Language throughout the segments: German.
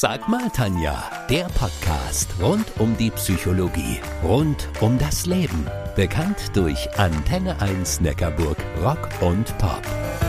Sag mal, Tanja, der Podcast rund um die Psychologie, rund um das Leben. Bekannt durch Antenne 1 Neckarburg Rock und Pop.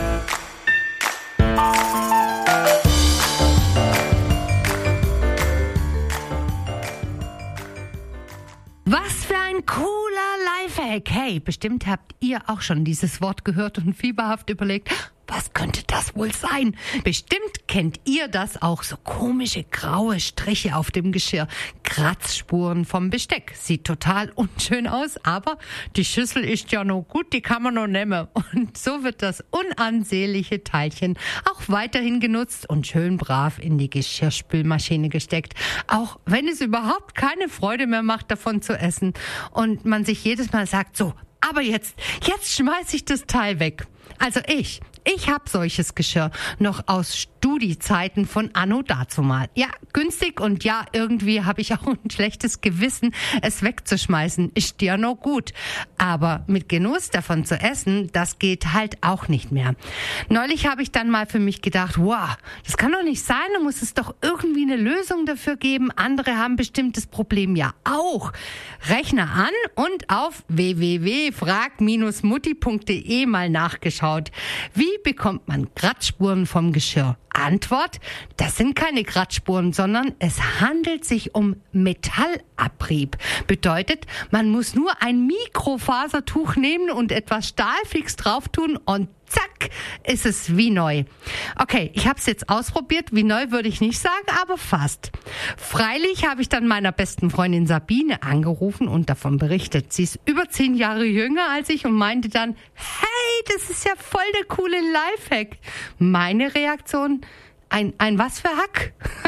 Was für ein cooler Lifehack. Hey, bestimmt habt ihr auch schon dieses Wort gehört und fieberhaft überlegt, was könnte das wohl sein? Bestimmt kennt ihr das auch, so komische graue Striche auf dem Geschirr. Kratzspuren vom Besteck. Sieht total unschön aus, aber die Schüssel ist ja noch gut, die kann man noch nehmen. Und so wird das unansehnliche Teilchen auch weiterhin genutzt und schön brav in die Geschirrspülmaschine gesteckt. Auch wenn es überhaupt keine Freude mehr macht, davon zu essen. Und man sich jedes Mal sagt, so, aber jetzt schmeiße ich das Teil weg. Also ich habe solches Geschirr noch aus Studi-Zeiten von anno dazumal. Ja, günstig und ja, irgendwie habe ich auch ein schlechtes Gewissen, es wegzuschmeißen. Ist ja noch gut. Aber mit Genuss davon zu essen, das geht halt auch nicht mehr. Neulich habe ich dann mal für mich gedacht, wow, das kann doch nicht sein, da muss es doch irgendwie eine Lösung dafür geben. Andere haben bestimmt das Problem ja auch. Rechner an und auf www.frag-mutti.de mal nachgeschaut. Wie bekommt man Kratzspuren vom Geschirr? Antwort, das sind keine Kratzspuren, sondern es handelt sich um Metallabrieb. Bedeutet, man muss nur ein Mikrofasertuch nehmen und etwas stahlfix drauf tun und zack, ist es wie neu. Okay, ich habe es jetzt ausprobiert. Wie neu würde ich nicht sagen, aber fast. Freilich habe ich dann meiner besten Freundin Sabine angerufen und davon berichtet. Sie ist über 10 Jahre jünger als ich und meinte dann, hey, das ist ja voll der coole Lifehack. Meine Reaktion, ein was für Hack?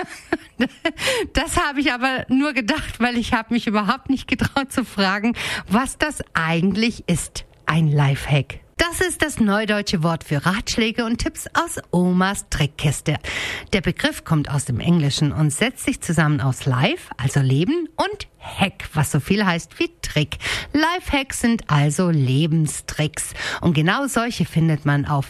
Das habe ich aber nur gedacht, weil ich habe mich überhaupt nicht getraut zu fragen, was das eigentlich ist. Ein Lifehack. Das ist das neudeutsche Wort für Ratschläge und Tipps aus Omas Trickkiste. Der Begriff kommt aus dem Englischen und setzt sich zusammen aus Life, also Leben, und Hack, was so viel heißt wie Trick. Lifehacks sind also Lebenstricks. Und genau solche findet man auf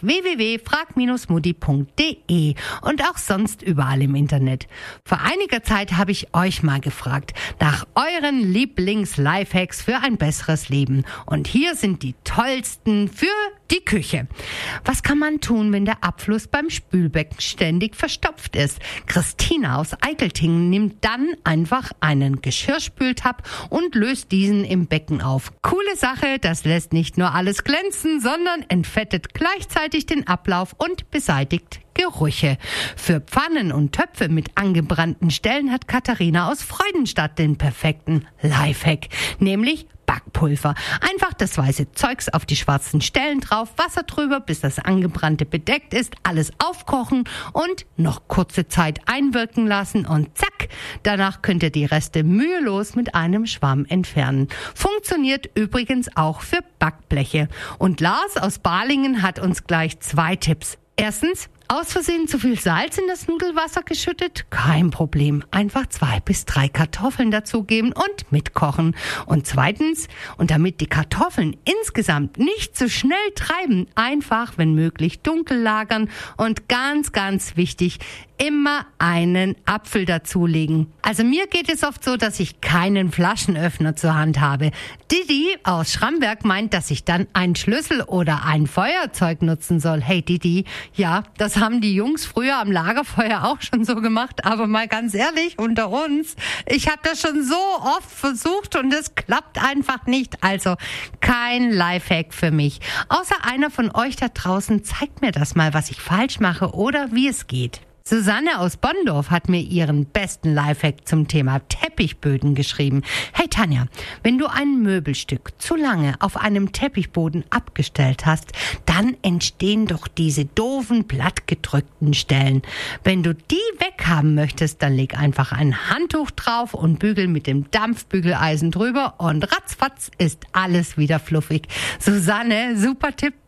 www.frag-mutti.de und auch sonst überall im Internet. Vor einiger Zeit habe ich euch mal gefragt nach euren Lieblings-Lifehacks für ein besseres Leben. Und hier sind die tollsten für die Küche. Was kann man tun, wenn der Abfluss beim Spülbecken ständig verstopft ist? Christina aus Eickeltingen nimmt dann einfach einen Geschirrspültab und löst diesen im Becken auf. Coole Sache, das lässt nicht nur alles glänzen, sondern entfettet gleichzeitig den Ablauf und beseitigt Gerüche. Für Pfannen und Töpfe mit angebrannten Stellen hat Katharina aus Freudenstadt den perfekten Lifehack, nämlich Backpulver. Einfach das weiße Zeugs auf die schwarzen Stellen drauf, Wasser drüber, bis das Angebrannte bedeckt ist, alles aufkochen und noch kurze Zeit einwirken lassen und zack, danach könnt ihr die Reste mühelos mit einem Schwamm entfernen. Funktioniert übrigens auch für Backbleche. Und Lars aus Balingen hat uns gleich 2 Tipps. Erstens, aus Versehen zu viel Salz in das Nudelwasser geschüttet? Kein Problem. Einfach 2 bis 3 Kartoffeln dazugeben und mitkochen. Und zweitens, und damit die Kartoffeln insgesamt nicht zu schnell treiben, einfach, wenn möglich, dunkel lagern und ganz, ganz wichtig, immer einen Apfel dazulegen. Also mir geht es oft so, dass ich keinen Flaschenöffner zur Hand habe. Didi aus Schramberg meint, dass ich dann einen Schlüssel oder ein Feuerzeug nutzen soll. Hey Didi, ja, das haben die Jungs früher am Lagerfeuer auch schon so gemacht, aber mal ganz ehrlich, unter uns, ich habe das schon so oft versucht und es klappt einfach nicht. Also kein Lifehack für mich. Außer einer von euch da draußen zeigt mir das mal, was ich falsch mache oder wie es geht. Susanne aus Bonndorf hat mir ihren besten Lifehack zum Thema Teppichböden geschrieben. Hey Tanja, wenn du ein Möbelstück zu lange auf einem Teppichboden abgestellt hast, dann entstehen doch diese doofen, plattgedrückten Stellen. Wenn du die weghaben möchtest, dann leg einfach ein Handtuch drauf und bügel mit dem Dampfbügeleisen drüber und ratzfatz ist alles wieder fluffig. Susanne, super Tipp.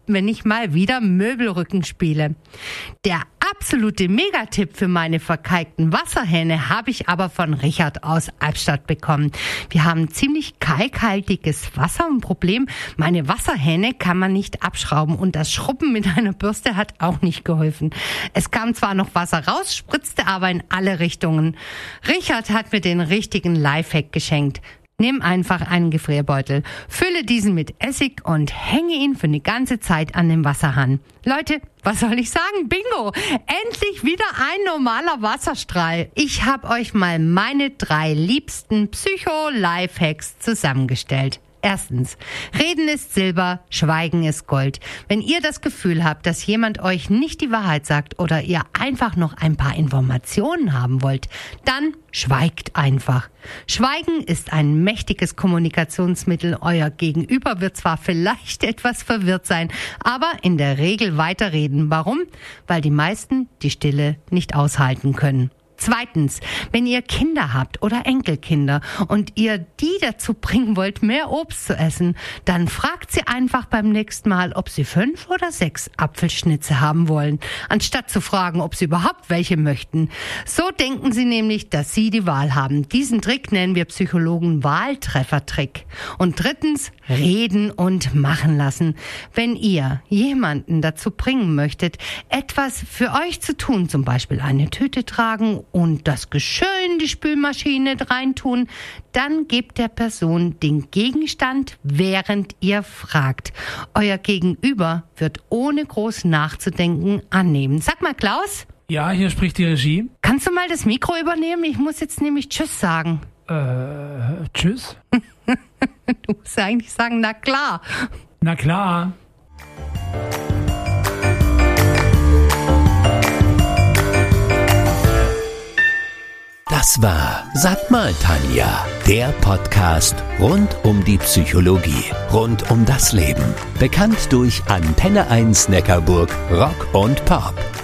wenn ich mal wieder Möbelrücken spiele. Der absolute Megatipp für meine verkalkten Wasserhähne habe ich aber von Richard aus Albstadt bekommen. Wir haben ziemlich kalkhaltiges Wasser. Ein Problem, meine Wasserhähne kann man nicht abschrauben und das Schrubben mit einer Bürste hat auch nicht geholfen. Es kam zwar noch Wasser raus, spritzte aber in alle Richtungen. Richard hat mir den richtigen Lifehack geschenkt. Nimm einfach einen Gefrierbeutel, fülle diesen mit Essig und hänge ihn für eine ganze Zeit an den Wasserhahn. Leute, was soll ich sagen? Bingo! Endlich wieder ein normaler Wasserstrahl. Ich habe euch mal meine 3 liebsten Psycho-Lifehacks zusammengestellt. Erstens, Reden ist Silber, Schweigen ist Gold. Wenn ihr das Gefühl habt, dass jemand euch nicht die Wahrheit sagt oder ihr einfach noch ein paar Informationen haben wollt, dann schweigt einfach. Schweigen ist ein mächtiges Kommunikationsmittel. Euer Gegenüber wird zwar vielleicht etwas verwirrt sein, aber in der Regel weiterreden. Warum? Weil die meisten die Stille nicht aushalten können. Zweitens, wenn ihr Kinder habt oder Enkelkinder und ihr die dazu bringen wollt, mehr Obst zu essen, dann fragt sie einfach beim nächsten Mal, ob sie 5 oder 6 Apfelschnitze haben wollen, anstatt zu fragen, ob sie überhaupt welche möchten. So denken sie nämlich, dass sie die Wahl haben. Diesen Trick nennen wir Psychologen Wahltreffertrick. Und drittens, reden und machen lassen. Wenn ihr jemanden dazu bringen möchtet, etwas für euch zu tun, zum Beispiel eine Tüte tragen und das Geschirr in die Spülmaschine reintun, dann gebt der Person den Gegenstand, während ihr fragt. Euer Gegenüber wird ohne groß nachzudenken annehmen. Sag mal, Klaus? Ja, hier spricht die Regie. Kannst du mal das Mikro übernehmen? Ich muss jetzt nämlich Tschüss sagen. Tschüss? Du musst eigentlich sagen, na klar. Na klar. Das war Sag mal, Tanja, der Podcast rund um die Psychologie, rund um das Leben. Bekannt durch Antenne 1 Neckarburg, Rock und Pop.